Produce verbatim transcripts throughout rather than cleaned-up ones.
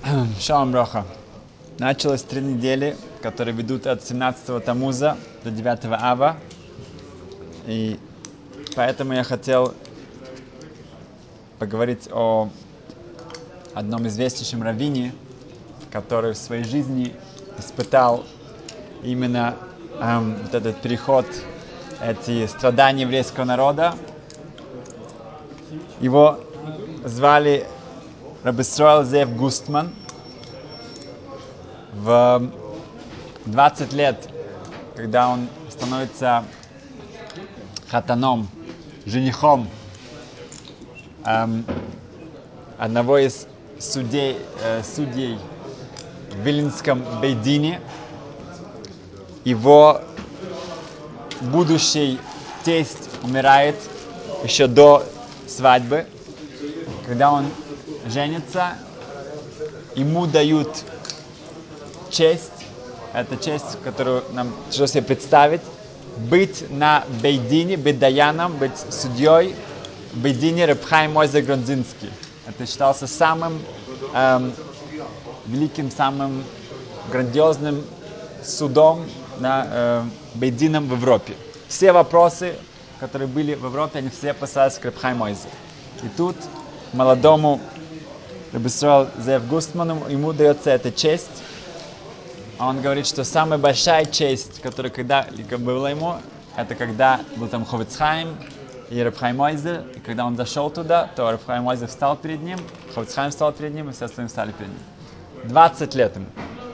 Шалом броха. Началось три недели, которые ведут от семнадцатого Тамуза до девятого Ава. И поэтому я хотел поговорить о одном известнейшем раввине, который в своей жизни испытал именно эм, вот этот переход, эти страдания еврейского народа. Его звали Рав Исроэл Зеев Густман. В двадцать лет, когда он становится хатаном, женихом эм, одного из судей, э, судей в Виленском бейдине, его будущий тесть умирает еще до свадьбы. Когда он женится, ему дают честь, это честь, которую нам тяжело себе представить, быть на бейдине, быть даяном, быть судьей в бейдине Реб Хаим Мойзе Гродзинский. Это считался самым эм, великим, самым грандиозным судом, да, э, бейдином в Европе. Все вопросы, которые были в Европе, они все посылались к Реб Хаим Мойзе. И тут молодому Рав Исроэл Зеев Густману ему дается эта честь. Он говорит, что самая большая честь, которая когда-либо была ему, это когда был там Ховец Хаим и Реб Хаим Мойзе. И когда он зашел туда, то Реб Хаим Мойзе встал перед ним, Ховец Хаим встал перед ним, и все остальные встали перед ним. двадцать лет ему.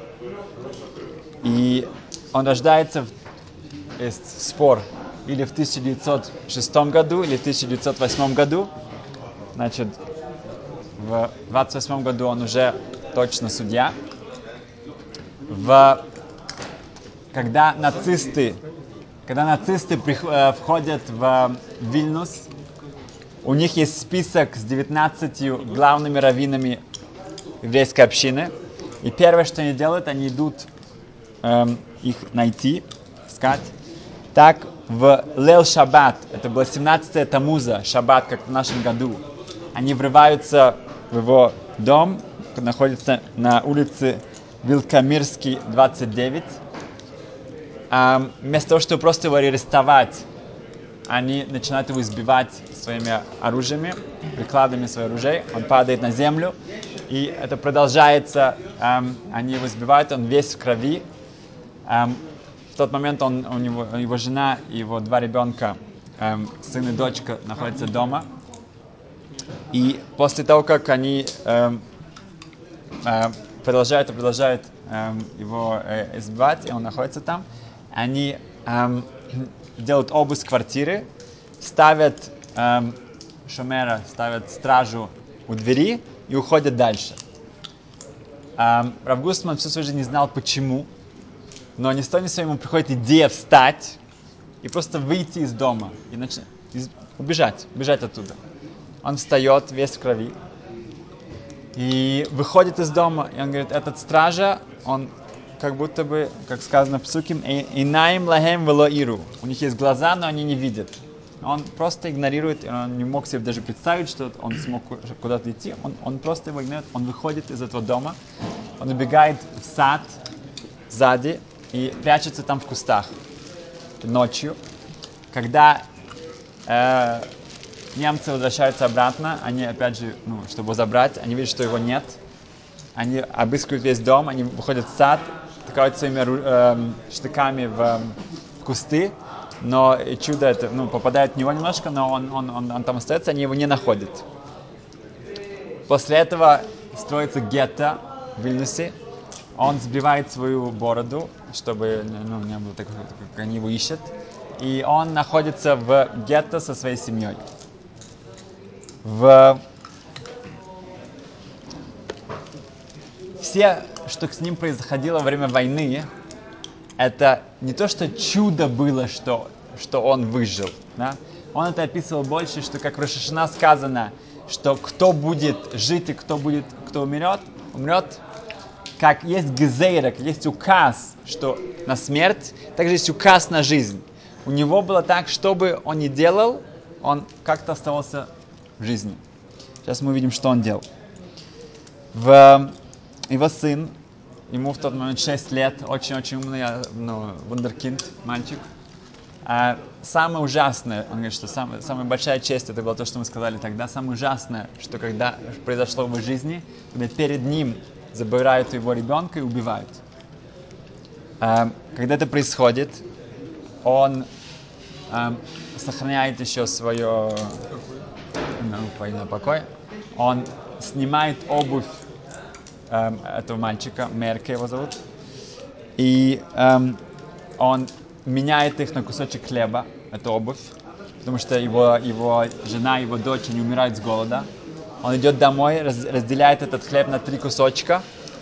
И он рождается, в, есть спор, или в тысяча девятьсот шестом году, или в тысяча девятьсот восьмом году. Значит, в двадцать восьмом году он уже точно судья. В, когда нацисты, когда нацисты прих, э, входят в Вильнюс, у них есть список с девятнадцатью главными раввинами еврейской общины. И первое, что они делают, они идут э, их найти, искать. Так, в Лейл Шаббат, это было семнадцатое Тамуза, Шаббат, как в нашем году, они врываются в его дом, который находится на улице Вилкамирский, двадцать девять. А вместо того, чтобы просто его арестовать, они начинают его избивать своими оружиями, прикладами своих оружий. Он падает на землю, и это продолжается. Эм, они его избивают, он весь в крови. Эм, в тот момент он, у него, его жена и его два ребенка, эм, сын и дочка, находятся дома. И после того, как они эм, э, продолжают и продолжают эм, его э, избивать, и он находится там, они эм, делают обыск квартиры, ставят эм, шумера, ставят стражу у двери и уходят дальше. Эм, Рав Густман всю свою жизнь не знал, почему, но ни с того ни с сего ему приходит идея встать и просто выйти из дома и нач... из... убежать, убежать оттуда. Он встает, весь в крови, и выходит из дома, и он говорит, этот стража, он как будто бы, как сказано в псуке, «Инаим лахем вело иру». У них есть глаза, но они не видят. Он просто игнорирует, он не мог себе даже представить, что он смог куда-то идти. Он, он просто его игнорирует, он выходит из этого дома, он убегает в сад сзади и прячется там в кустах ночью. Когда э, немцы возвращаются обратно, они опять же, ну, чтобы его забрать, они видят, что его нет. Они обыскивают весь дом, они выходят в сад, тыкают своими э, штыками в, э, в кусты, но чудо это, ну, попадает в него немножко, но он, он, он, он там остается, они его не находят. После этого строится гетто в Вильнюсе, он сбривает свою бороду, чтобы, ну, не было такого, как они его ищут, и он находится в гетто со своей семьей. В... Все, что с ним происходило во время войны, это не то, что чудо было, что, что он выжил. Да? Он это описывал больше, что как в Рош ха-Шана сказано, что кто будет жить и кто, будет, кто умрет, умрет, как есть гезейрак, есть указ, что на смерть, также есть указ на жизнь. У него было так, что бы он ни делал, он как-то оставался в жизни. Сейчас мы увидим, что он делал. В его сын, ему в тот момент шесть лет, очень-очень умный, ну, вундеркинд, мальчик. А самое ужасное, он говорит, что самая, самая большая честь, это было то, что мы сказали тогда, самое ужасное, что когда произошло в его жизни, когда перед ним забирают его ребенка и убивают. А, когда это происходит, он а, сохраняет еще свое ну, военное покой, он снимает обувь а, этого мальчика, Мерке его зовут, и а, он меняет их на кусочек хлеба, это обувь, потому что его, его жена, его дочь, они умирают с голода. Он идет домой, раз, разделяет этот хлеб на три кусочка,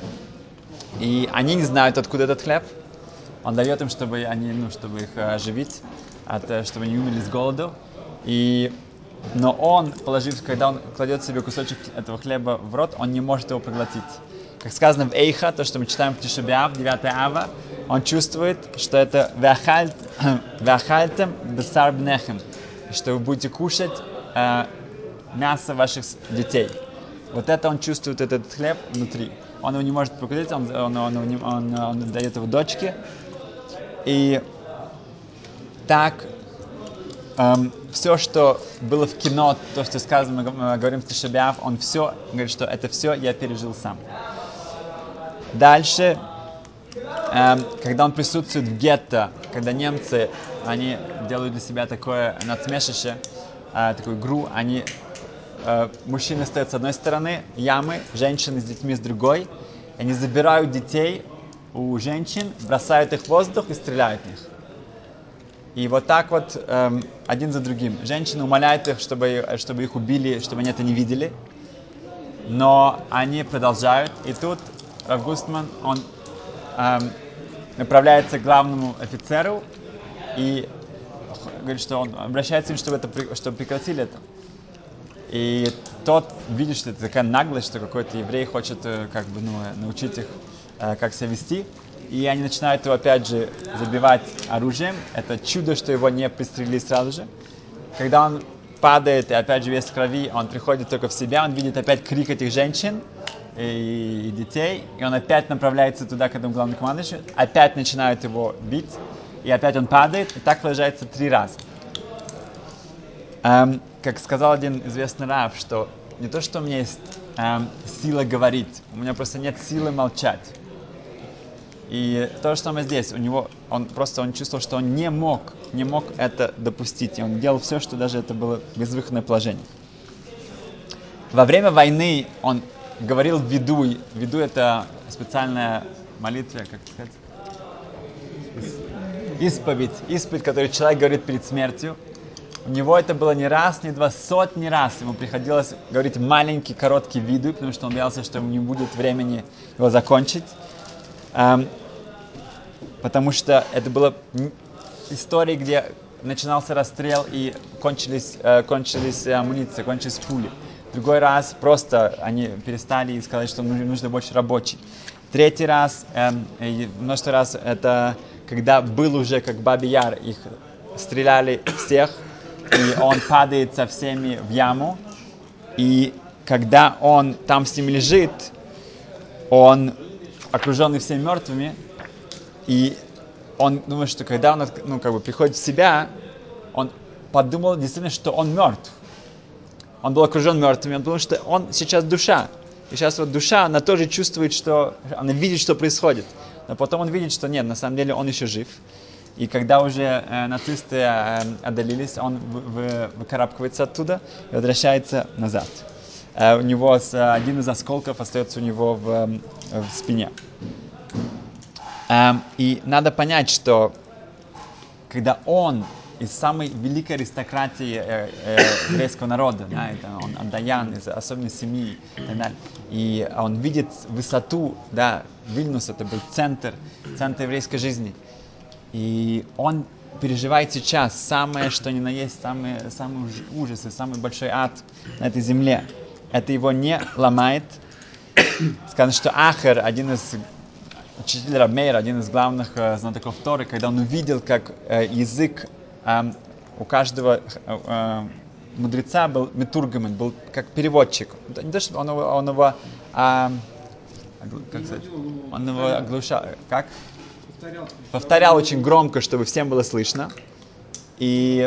и они не знают, откуда этот хлеб. Он дает им, чтобы, они, ну, чтобы их оживить, от, чтобы они умерли с голоду. И, но он, положив, когда он кладет себе кусочек этого хлеба в рот, он не может его проглотить. Как сказано в Эйха, то, что мы читаем в Тиша б'Ав, девятое ава, он чувствует, что это «Веахальтем бесар бнехем», что вы будете кушать э, мясо ваших детей. Вот это он чувствует, этот хлеб внутри. Он его не может проглотить, он, он, он, он, он, он дает его дочке. И так эм, все, что было в кино, то, что сказано, мы говорим в Тиша б'Ав, он все, говорит, что это все я пережил сам. Дальше, э, когда он присутствует в гетто, когда немцы, они делают для себя такое надсмешище, э, такую игру, они, э, мужчины стоят с одной стороны ямы, женщины с детьми с другой, они забирают детей у женщин, бросают их в воздух и стреляют в них. И вот так вот, э, один за другим. Женщины умоляют их, чтобы, чтобы их убили, чтобы они это не видели, но они продолжают, и тут Рав Густман, он эм, направляется к главному офицеру и говорит, что он обращается к ним, чтобы, это, чтобы прекратили это. И тот видит, что это такая наглость, что какой-то еврей хочет как бы, ну, научить их, э, как себя вести. И они начинают его опять же забивать оружием. Это чудо, что его не пристрелили сразу же. Когда он падает и опять же весь в крови, он приходит только в себя, он видит опять крик этих женщин и, и детей, и он опять направляется туда, к этому главному командующему, опять начинают его бить, и опять он падает, и так продолжается три раза. Эм, как сказал один известный рав, что не то, что у меня есть эм, сила говорить, у меня просто нет силы молчать. И то же самое здесь, у него, он просто он чувствовал, что он не мог, не мог это допустить, и он делал все, что даже это было безвыходное положение. Во время войны он говорил видуй. Видуй — это специальная молитва, как сказать, исповедь, исповедь, которую человек говорит перед смертью. У него это было не раз, не два, сотни раз. Ему приходилось говорить маленький, короткий видуй, потому что он боялся, что ему не будет времени его закончить. Эм, потому что это была история, где начинался расстрел и кончились, э, кончились амуниции, кончились пули. Другой раз просто они перестали и сказали, что нужно, нужно больше рабочих. Третий раз, эм, и множество раз, это когда был уже как Баби Яр, их стреляли всех, и он падает со всеми в яму. И когда он там с ними лежит, он окруженный всеми мертвыми, и он думает, что когда он ну, как бы приходит в себя, он подумал действительно, что он мертв. Он был окружен мертвыми, он думал, что он сейчас душа. И сейчас вот душа, она тоже чувствует, что... Она видит, что происходит. Но потом он видит, что нет, на самом деле он еще жив. И когда уже э, нацисты э, одолелись, он вы, вы, выкарабкивается оттуда и возвращается назад. Э, у него с, один из осколков остается у него в, в спине. Э, и надо понять, что когда он из самой великой аристократии э, э, еврейского народа, да, это он Адаян, из особенной семьи и так далее. И он видит высоту, да, Вильнюс, это был центр, центр еврейской жизни. И он переживает сейчас самое, что ни на есть, самый, самый ужас и самый большой ад на этой земле. Это его не ломает. Сказано, что Ахер, один из учителей Рав Мейра, один из главных э, знатоков Торы, когда он увидел, как э, язык э, у каждого э, мудреца был метургамен, был как переводчик. Не то, что он его, он его э, как сказать, он его оглушал, как? Повторял. Повторял очень громко, чтобы всем было слышно. И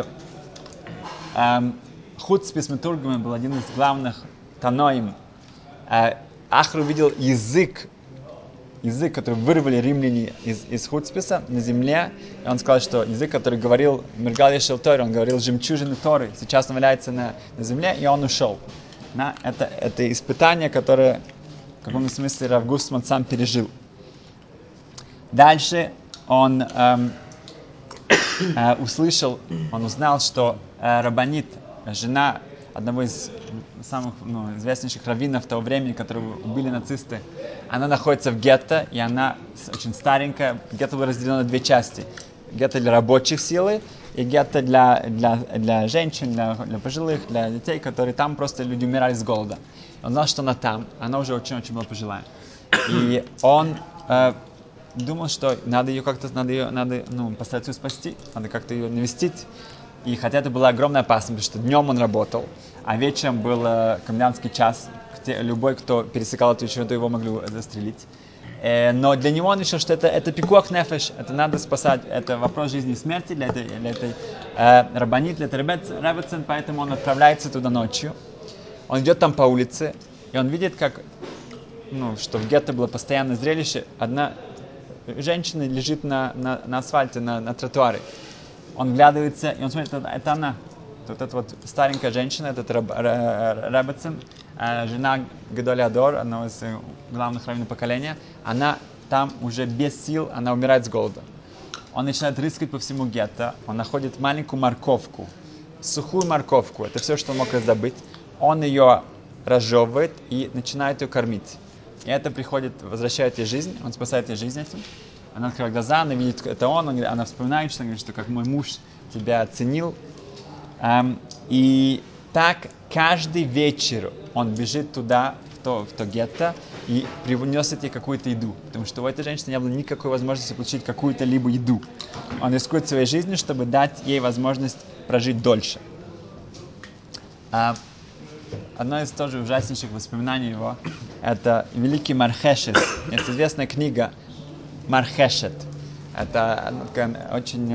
эм, Хуцпис Метургами был один из главных таноим. Э, Ахр увидел язык, язык, который вырвали римляне из, из Хуцписа на земле. И он сказал, что язык, который говорил Миргал Ешел Тори, он говорил жемчужины Торы, сейчас он валяется на, на земле, и он ушел. На, это, это испытание, которое в каком-то смысле Рав Гусман сам пережил. Дальше он эм, э, услышал, он узнал, что э, Рабанит, жена одного из самых ну, известнейших раввинов того времени, которого убили нацисты, она находится в гетто, и она очень старенькая. Гетто было разделено на две части. Гетто для рабочих силы и гетто для, для, для женщин, для, для пожилых, для детей, которые там просто люди умирали с голода. Он знал, что она там, она уже очень-очень была пожилая. И он э, думал, что надо ее как-то, надо ее, надо, ну, постараться ее спасти, надо как-то ее навестить. И хотя это была огромная опасность, потому что днем он работал, а вечером был э, комендантский час, где любой, кто пересекал эту черту, его могли застрелить. Э, но для него он решил, что это, это пикуах нефеш, это надо спасать, это вопрос жизни и смерти для этой, для этой э, рабанит, для этой ребецен, поэтому он отправляется туда ночью. Он идет там по улице, и он видит, как, ну, что в гетто было постоянное зрелище. Одна женщина лежит на, на, на асфальте, на, на тротуаре. Он вглядывается, и он смотрит, это, это она. Вот эта вот старенькая женщина, этот Ребецен, жена Гадоля Адор, одного из главных раввинов поколения, она там уже без сил, она умирает с голода. Он начинает рыскать по всему гетто, он находит маленькую морковку, сухую морковку, это все, что он мог раздобыть. Он ее разжевывает и начинает ее кормить. И это приходит, возвращает ей жизнь, он спасает ей жизнь этим. Она открывает глаза, она видит, это он, он она вспоминает, что, говорит, что как мой муж тебя оценил. Эм, и так каждый вечер он бежит туда, в то, в то гетто, и приносит ей какую-то еду. Потому что у этой женщины не было никакой возможности получить какую-то либо еду. Он рискует своей жизнью, чтобы дать ей возможность прожить дольше. Эм, Одно из тоже ужаснейших воспоминаний его — это великий Мархешет. Это известная книга Мархешет. Это очень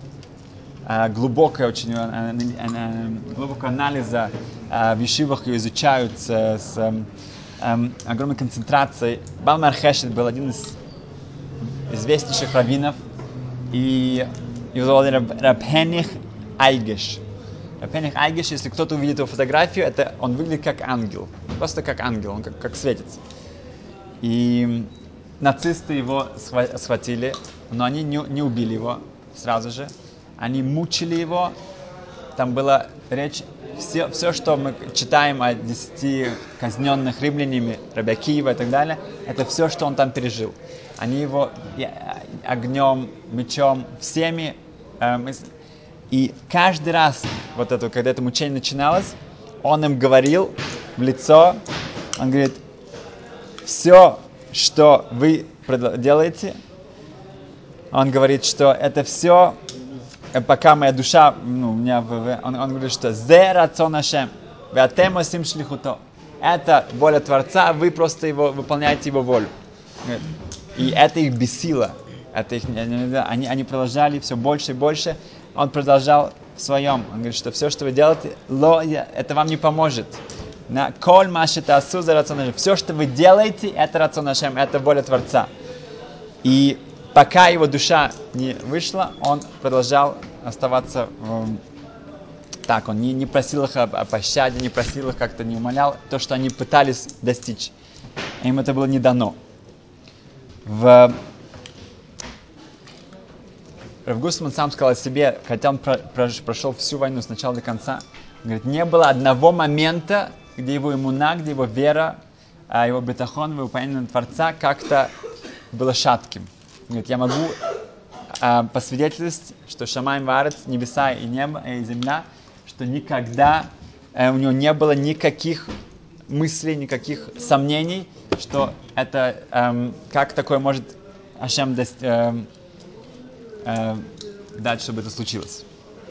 э, глубокая, очень э, э, глубокого анализа. Э, в ешивах ее изучают с, с э, огромной концентрацией. Бал Мархешет был один из известнейших раввинов, и его звали Раб, Раб Хених Айгеш. Раб Хених Айгеш, если кто-то увидит его фотографию, это он выглядит как ангел. Просто как ангел, он как, как светится. И нацисты его схватили, но они не, не убили его сразу же. Они мучили его. Там была речь, все, все, что мы читаем о десяти казненных римлянами, Раби Акиева и так далее, это все, что он там пережил. Они его огнем, мечом, всеми. Эм, и каждый раз, вот это, когда это мучение начиналось, он им говорил в лицо, он говорит, все, что вы делаете, он говорит, что это все, пока моя душа, ну, у меня, он, он говорит, что «Зе рацон Ашем, веатем осим шлихуто». Это воля Творца, вы просто его, выполняете его волю. И это их бесило. Это их, они, они продолжали все больше и больше. Он продолжал в своем. Он говорит, что все, что вы делаете, это вам не поможет. На коль машет асу за рацион Ашем. Все, что вы делаете, это рацион Ашем, это воля Творца. И пока его душа не вышла, он продолжал оставаться э, так. Он не, не просил их о, о пощаде, не просил их как-то, не умолял то, что они пытались достичь. Им это было не дано. В... Рав Гусман сам сказал о себе, хотя он про, про, прошел всю войну с начала до конца, он говорит, не было одного момента, где его иммуна, где его вера, его бетахон, его упоминание Творца как-то было шатким. Он говорит, я могу э, посвидетельствовать, что Шамаим варец, небеса и небо, и земля, что никогда э, у него не было никаких мыслей, никаких сомнений, что это, э, как такое может Ашем даст, э, э, дать, чтобы это случилось.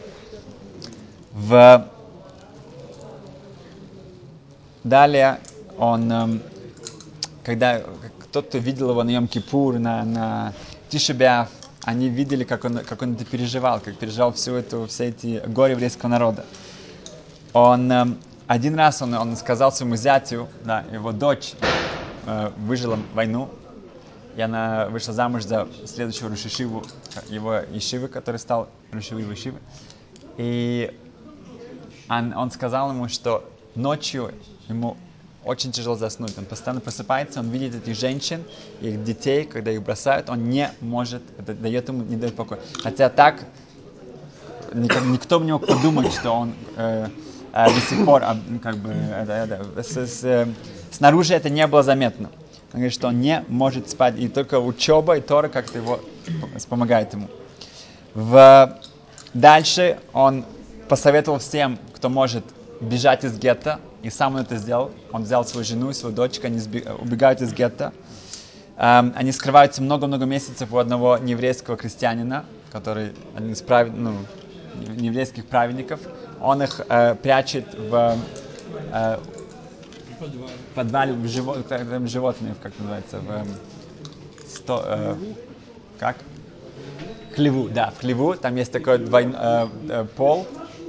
В... Далее он, э, когда кто-то видел его на Йом-Кипур, на, на Тиша б'Ав, они видели, как он, как он это переживал, как переживал всю эту, все эти горе еврейского народа. Он, э, один раз он, он сказал своему зятю, да, его дочь э, выжила войну, и она вышла замуж за следующего рош йешиву, его йешивы, который стал рош йешивой йешивы. И он, он сказал ему, что ночью ему очень тяжело заснуть. Он постоянно просыпается, он видит этих женщин, их детей, когда их бросают, он не может, это дает ему, не дает покоя. Хотя так никак, никто бы не мог подумать, что он э, э, до сих пор, э, как бы, э, э, с, с, э, снаружи это не было заметно. Он говорит, что он не может спать, и только учеба и Тора как-то его помогает ему. В... Дальше он посоветовал всем, кто может бежать из гетто, и сам он это сделал. Он взял свою жену и свою дочку, они убегают из гетто. Um, они скрываются много-много месяцев у одного нееврейского крестьянина, который один из прав... ну, нееврейских праведников. Он их uh, прячет в uh, подвале, в живо... животные, как называется, в сто... uh, как? Хлеву, да, в хлеву. Там есть такой двой... uh, uh, пол.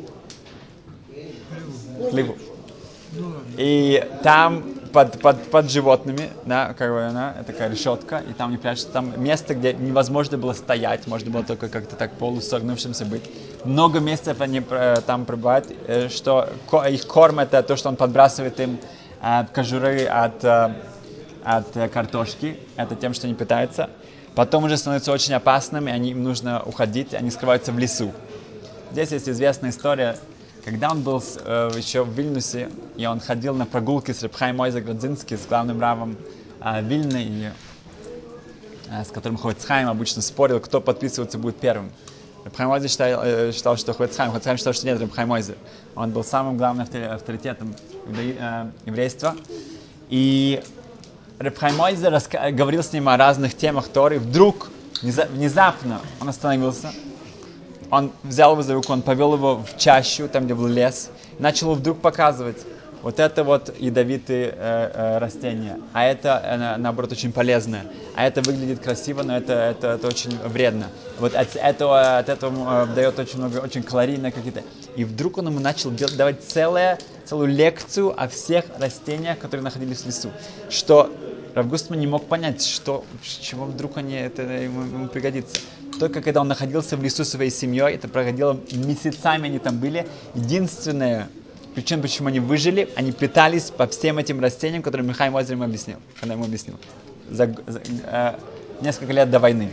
Хлеву. И там под, под, под животными, да, как бы она, такая решетка, и там не прячется, там место, где невозможно было стоять, можно было только как-то так полусогнувшимся быть. Много месяцев они там пребывают, что их корм это то, что он подбрасывает им э, кожуры от, э, от картошки, это тем, что они питаются. Потом уже становятся очень опасными, они, им нужно уходить, они скрываются в лесу. Здесь есть известная история. Когда он был э, еще в Вильнюсе, и он ходил на прогулки с Реб Хаим Мойзе Градзински, с главным равом э, Вильны, и, э, с которым Хофец Хаим обычно спорил, кто подписываться будет первым. Реб Хаим Мойзе считал, э, считал, что Хофец Хаим, Хофец Хаим считал, что нет, Реб Хаим Мойзе. Он был самым главным авторитетом э, еврейства. И Реб Хаим Мойзе раска- говорил с ним о разных темах Торы. Вдруг, внезапно, он остановился. Он взял его за руку, он повел его в чащу, там, где был лес, и начал вдруг показывать. Вот это вот ядовитые э, э, растения, а это, э, наоборот, очень полезное. А это выглядит красиво, но это, это, это очень вредно. Вот от этого, от этого э, дает очень много, очень калорийные какие-то. И вдруг он ему начал делать, давать целое, целую лекцию о всех растениях, которые находились в лесу. Что Рав Густман не мог понять, что, чего вдруг они, это ему, ему пригодится. Только когда он находился в лесу со своей семьей, это проходило месяцами, они там были. Единственное, причина, почему они выжили, они питались по всем этим растениям, которые Реб Хаим Мойзе ему объяснил, когда ему объяснил, за, за э, несколько лет до войны.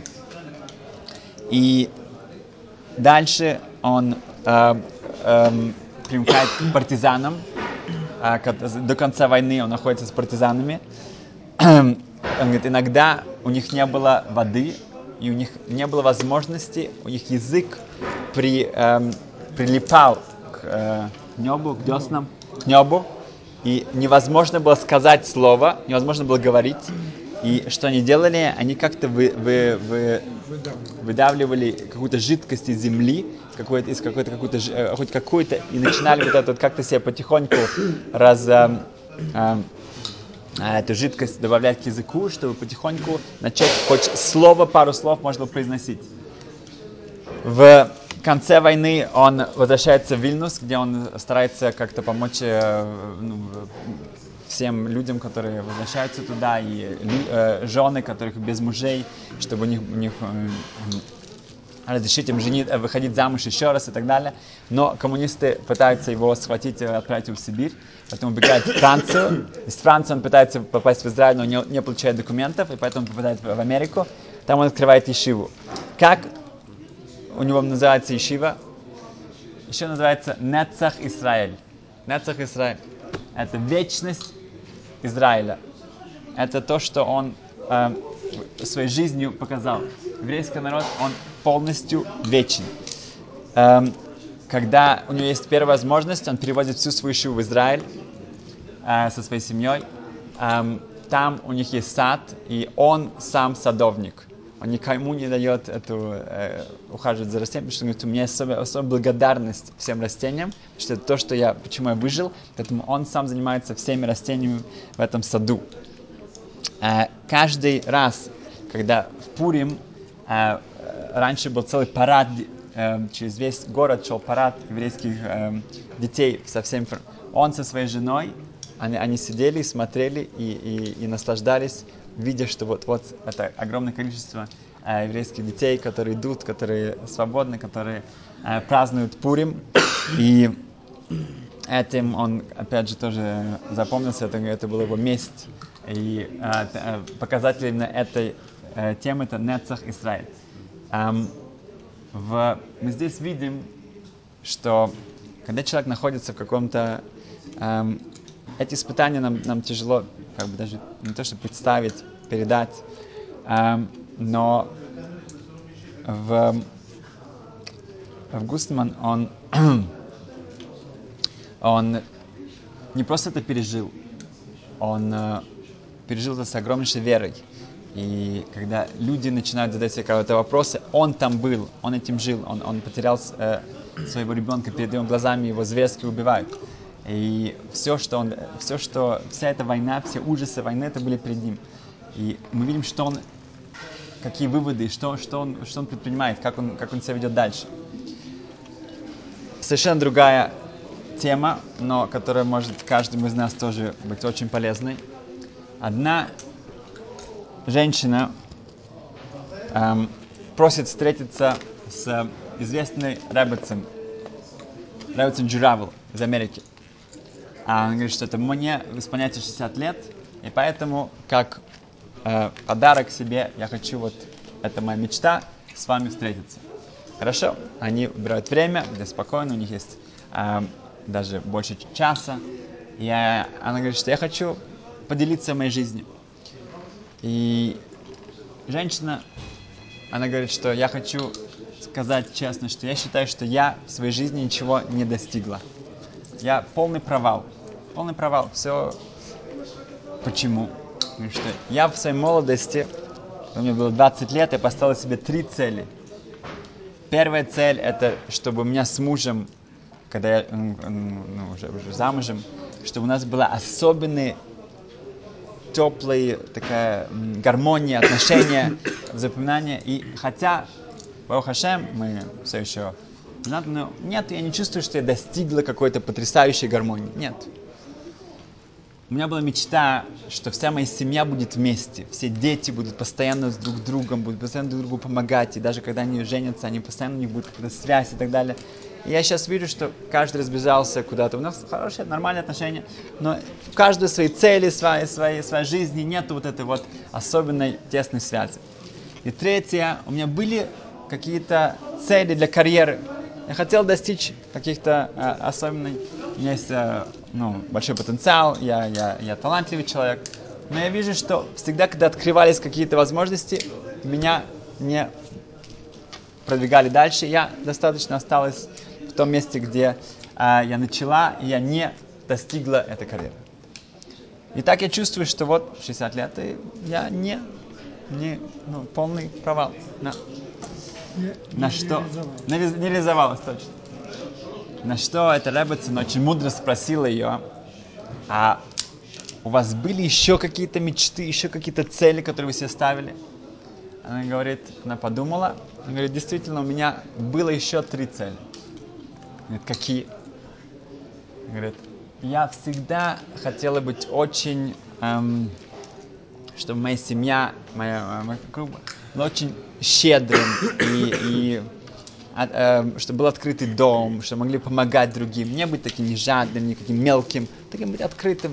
И дальше он э, э, примыкает к партизанам. Э, до конца войны он находится с партизанами. Он говорит, иногда у них не было воды, и у них не было возможности, у них язык при, эм, прилипал к э, небу, к деснам, к небу, и невозможно было сказать слово, невозможно было говорить. И что они делали? Они как-то вы, вы, вы, выдавливали какую-то жидкость из земли, какой-то, из какой-то, какой-то, э, хоть какую-то, и начинали вот это вот как-то себе потихоньку раз... Э, э, эту жидкость добавлять к языку, чтобы потихоньку начать хоть слово, пару слов можно было произносить. В конце войны он возвращается в Вильнюс, где он старается как-то помочь ну, всем людям, которые возвращаются туда, и э, жены, которых без мужей, чтобы у них, у них э, разрешить им женить, выходить замуж еще раз и так далее. Но коммунисты пытаются его схватить и отправить его в Сибирь, поэтому убегает в Францию. Из Франции он пытается попасть в Израиль, но не, не получает документов, и поэтому попадает в Америку. Там он открывает ешиву. Как у него называется ешива? Еще называется Нецах Исраэль. Нецах Исраэль. Это вечность Израиля. Это то, что он э, своей жизнью показал. Еврейский народ, он полностью вечен. Эм, когда у него есть первая возможность, он переводит всю свою ешиву в Израиль э, со своей семьей. Эм, там у них есть сад, и он сам садовник. Он никому не дает эту, э, ухаживать за растениями, потому что он говорит, у меня особая, особая благодарность всем растениям, потому что это то, что я, почему я выжил, поэтому он сам занимается всеми растениями в этом саду. э, каждый раз, когда в Пурим, э, раньше был целый парад, э, через весь город шел парад еврейских э, детей со всем. Он со своей женой, они, они сидели, смотрели и, и, и наслаждались, видя, что вот, вот это огромное количество э, еврейских детей, которые идут, которые свободны, которые э, празднуют Пурим. И этим он, опять же, тоже запомнился, это, это была его месть. И э, показатель именно этой э, темы — это Нецах Исраэль. Эм, в, мы здесь видим, что когда человек находится в каком-то... Эм, эти испытания нам, нам тяжело, как бы даже не то, что представить, передать, эм, но в, в Густман он, он не просто это пережил, он э, пережил это с огромнейшей верой. И когда люди начинают задать себе какие-то вопросы, он там был, он этим жил, он, он потерял э, своего ребенка, перед его глазами его зверски убивают. И все, что он, все, что, вся эта война, все ужасы войны, это были перед ним. И мы видим, что он, какие выводы, что, что, он, что он предпринимает, как он, как он себя ведет дальше. Совершенно другая тема, но которая может каждому из нас тоже быть очень полезной. Одна женщина эм, просит встретиться с известной Реббецем, Реббецем Джуравел из Америки. А он говорит, что это мне исполняется шестьдесят лет, и поэтому, как э, подарок себе, я хочу, вот, это моя мечта, с вами встретиться. Хорошо? Они убирают время, где спокойно, у них есть э, даже больше часа. И я, она говорит, что я хочу поделиться моей жизнью. И женщина, она говорит, что я хочу сказать честно, что я считаю, что я в своей жизни ничего не достигла. Я полный провал. Полный провал. Все. Почему? Потому что я в своей молодости, у меня было двадцать лет, я поставила себе три цели. Первая цель — это чтобы у меня с мужем, когда я ну, уже, уже замужем, чтобы у нас была особенная, теплая такая гармония, отношения, запоминания. И хотя, Барух Ашем, мы все еще... Но нет, я не чувствую, что я достигла какой-то потрясающей гармонии. Нет. У меня была мечта, что вся моя семья будет вместе. Все дети будут постоянно с друг другом, будут постоянно друг другу помогать. И даже когда они женятся, они постоянно, у них будет какая-то связь и так далее. И я сейчас вижу, что каждый разбежался куда-то. У нас хорошие, нормальные отношения. Но у каждого свои цели, свои, свои, своей жизни. Нет вот этой вот особенной тесной связи. И третье, у меня были какие-то цели для карьеры. Я хотел достичь каких-то э, особенных... У меня есть э, ну, большой потенциал, я, я, я талантливый человек. Но я вижу, что всегда, когда открывались какие-то возможности, меня не продвигали дальше. Я достаточно осталась в том месте, где э, я начала, и я не достигла этой карьеры. И так я чувствую, что вот шестьдесят лет, и я не, не ну, полный провал. На, Не, на не что? реализовалась. Не, не реализовалась, точно. На что эта Реббецин очень мудро спросила ее: а у вас были еще какие-то мечты, еще какие-то цели, которые вы себе ставили? Она говорит, она подумала, она говорит, действительно, у меня было еще три цели. Говорит, какие? Говорит, я всегда хотела быть очень, эм, чтобы моя семья, моя, моя группа была очень щедрым и, и от, э, чтобы был открытый дом, чтобы могли помогать другим, не быть таким не жадным, не каким мелким, таким быть открытым.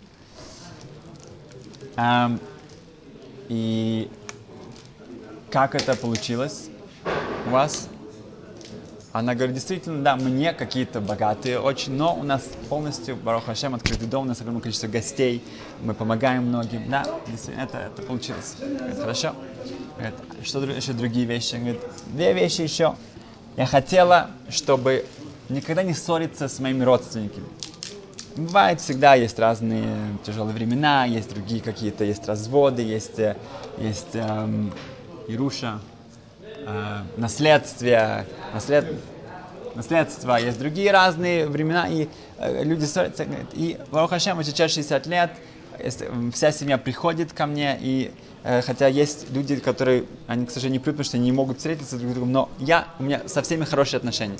Эм, и как это получилось у вас? Она говорит, действительно, да, мы не какие-то богатые очень, но у нас полностью, Барух Ашем, открытый дом, у нас огромное количество гостей, мы помогаем многим. Да, действительно, это, это получилось. Говорит, хорошо. Говорит, что еще другие вещи? Говорит, две вещи еще. Я хотела, чтобы никогда не ссориться с моими родственниками. Бывает, всегда есть разные тяжелые времена, есть другие какие-то, есть разводы, есть, есть эм, Ируша, э, наследствие, наслед... наследство, есть другие разные времена, и э, люди ссорятся. И Барух Ашем, сейчас шестьдесят лет, если вся семья приходит ко мне, и э, хотя есть люди, которые, они, к сожалению, не придут, потому что они не могут встретиться друг с другом, но я, у меня со всеми хорошие отношения.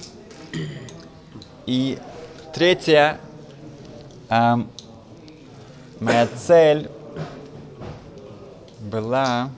И третье, эм, моя цель была...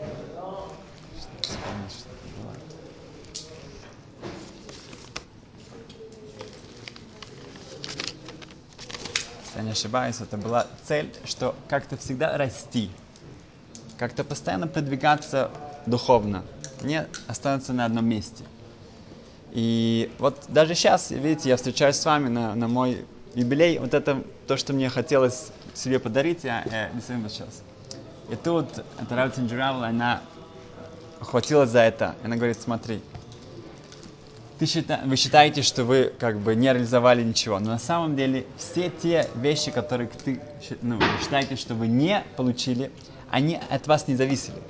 Если я не ошибаюсь, это была цель, что как-то всегда расти, как-то постоянно продвигаться духовно, не оставаться на одном месте. И вот даже сейчас, видите, я встречаюсь с вами на, на мой юбилей, вот это то, что мне хотелось себе подарить, я, я действительно сейчас. И тут эта Рав Цинджуравла, она ухватилась за это, она говорит, смотри, Ты счита... вы считаете, что вы как бы не реализовали ничего, но на самом деле все те вещи, которые ты ну, считаете, что вы не получили, они от вас не зависели.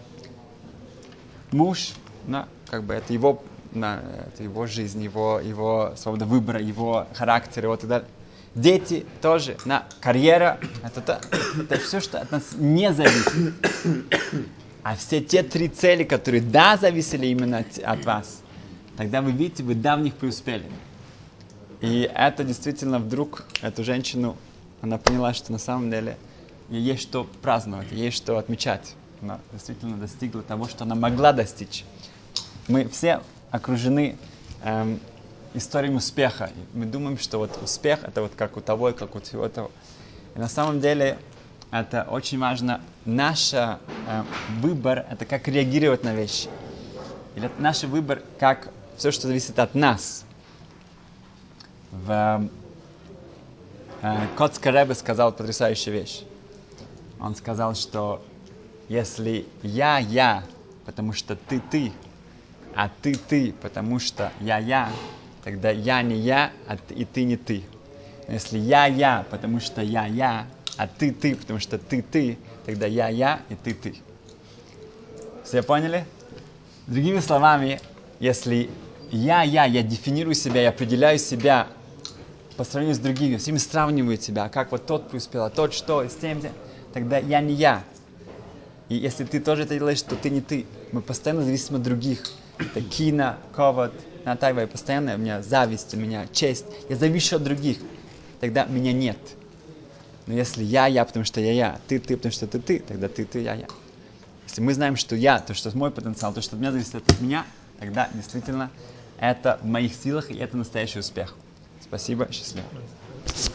Муж, ну, как бы это его, ну, это его жизнь, его, его свобода выбора, его характер, его так далее. Дети тоже, на карьера, это, это, это все, что от нас не зависит. А все те три цели, которые да, зависели именно от, от вас, тогда вы видите, вы да в них преуспели. И это действительно вдруг, эту женщину, она поняла, что на самом деле ей есть что праздновать, ей есть что отмечать. Она действительно достигла того, что она могла достичь. Мы все окружены эм, историей успеха. Мы думаем, что вот успех это вот как у того и как у всего того. И на самом деле это очень важно. Наш э, выбор это как реагировать на вещи. Или это наш выбор, как все, что зависит от нас. В э, Коцкий Ребе сказал потрясающую вещь. Он сказал, что если я я, потому что ты ты, а ты ты, потому что я я, тогда я не я, а ты, и ты не ты. Но если я я, потому что я я, а ты ты, потому что ты ты, тогда я я и ты ты. Все поняли? Другими словами, если я я, я дефинирую себя, я определяю себя по сравнению с другими, с ними сравниваю себя, как вот тот преуспел, а тот что, с тем, тогда я не я. И если ты тоже это делаешь, то ты не ты. Мы постоянно зависим от других. Это кина, ковод, натайва, постоянно у меня зависть, у меня честь. Я завишу от других. Тогда меня нет. Но если я, я, потому что я я, ты, ты, потому что ты, ты, тогда ты, ты, я, я. Если мы знаем, что я, то, что мой потенциал, то, что от меня зависит от меня, тогда действительно это в моих силах, и это настоящий успех. Спасибо, счастливо.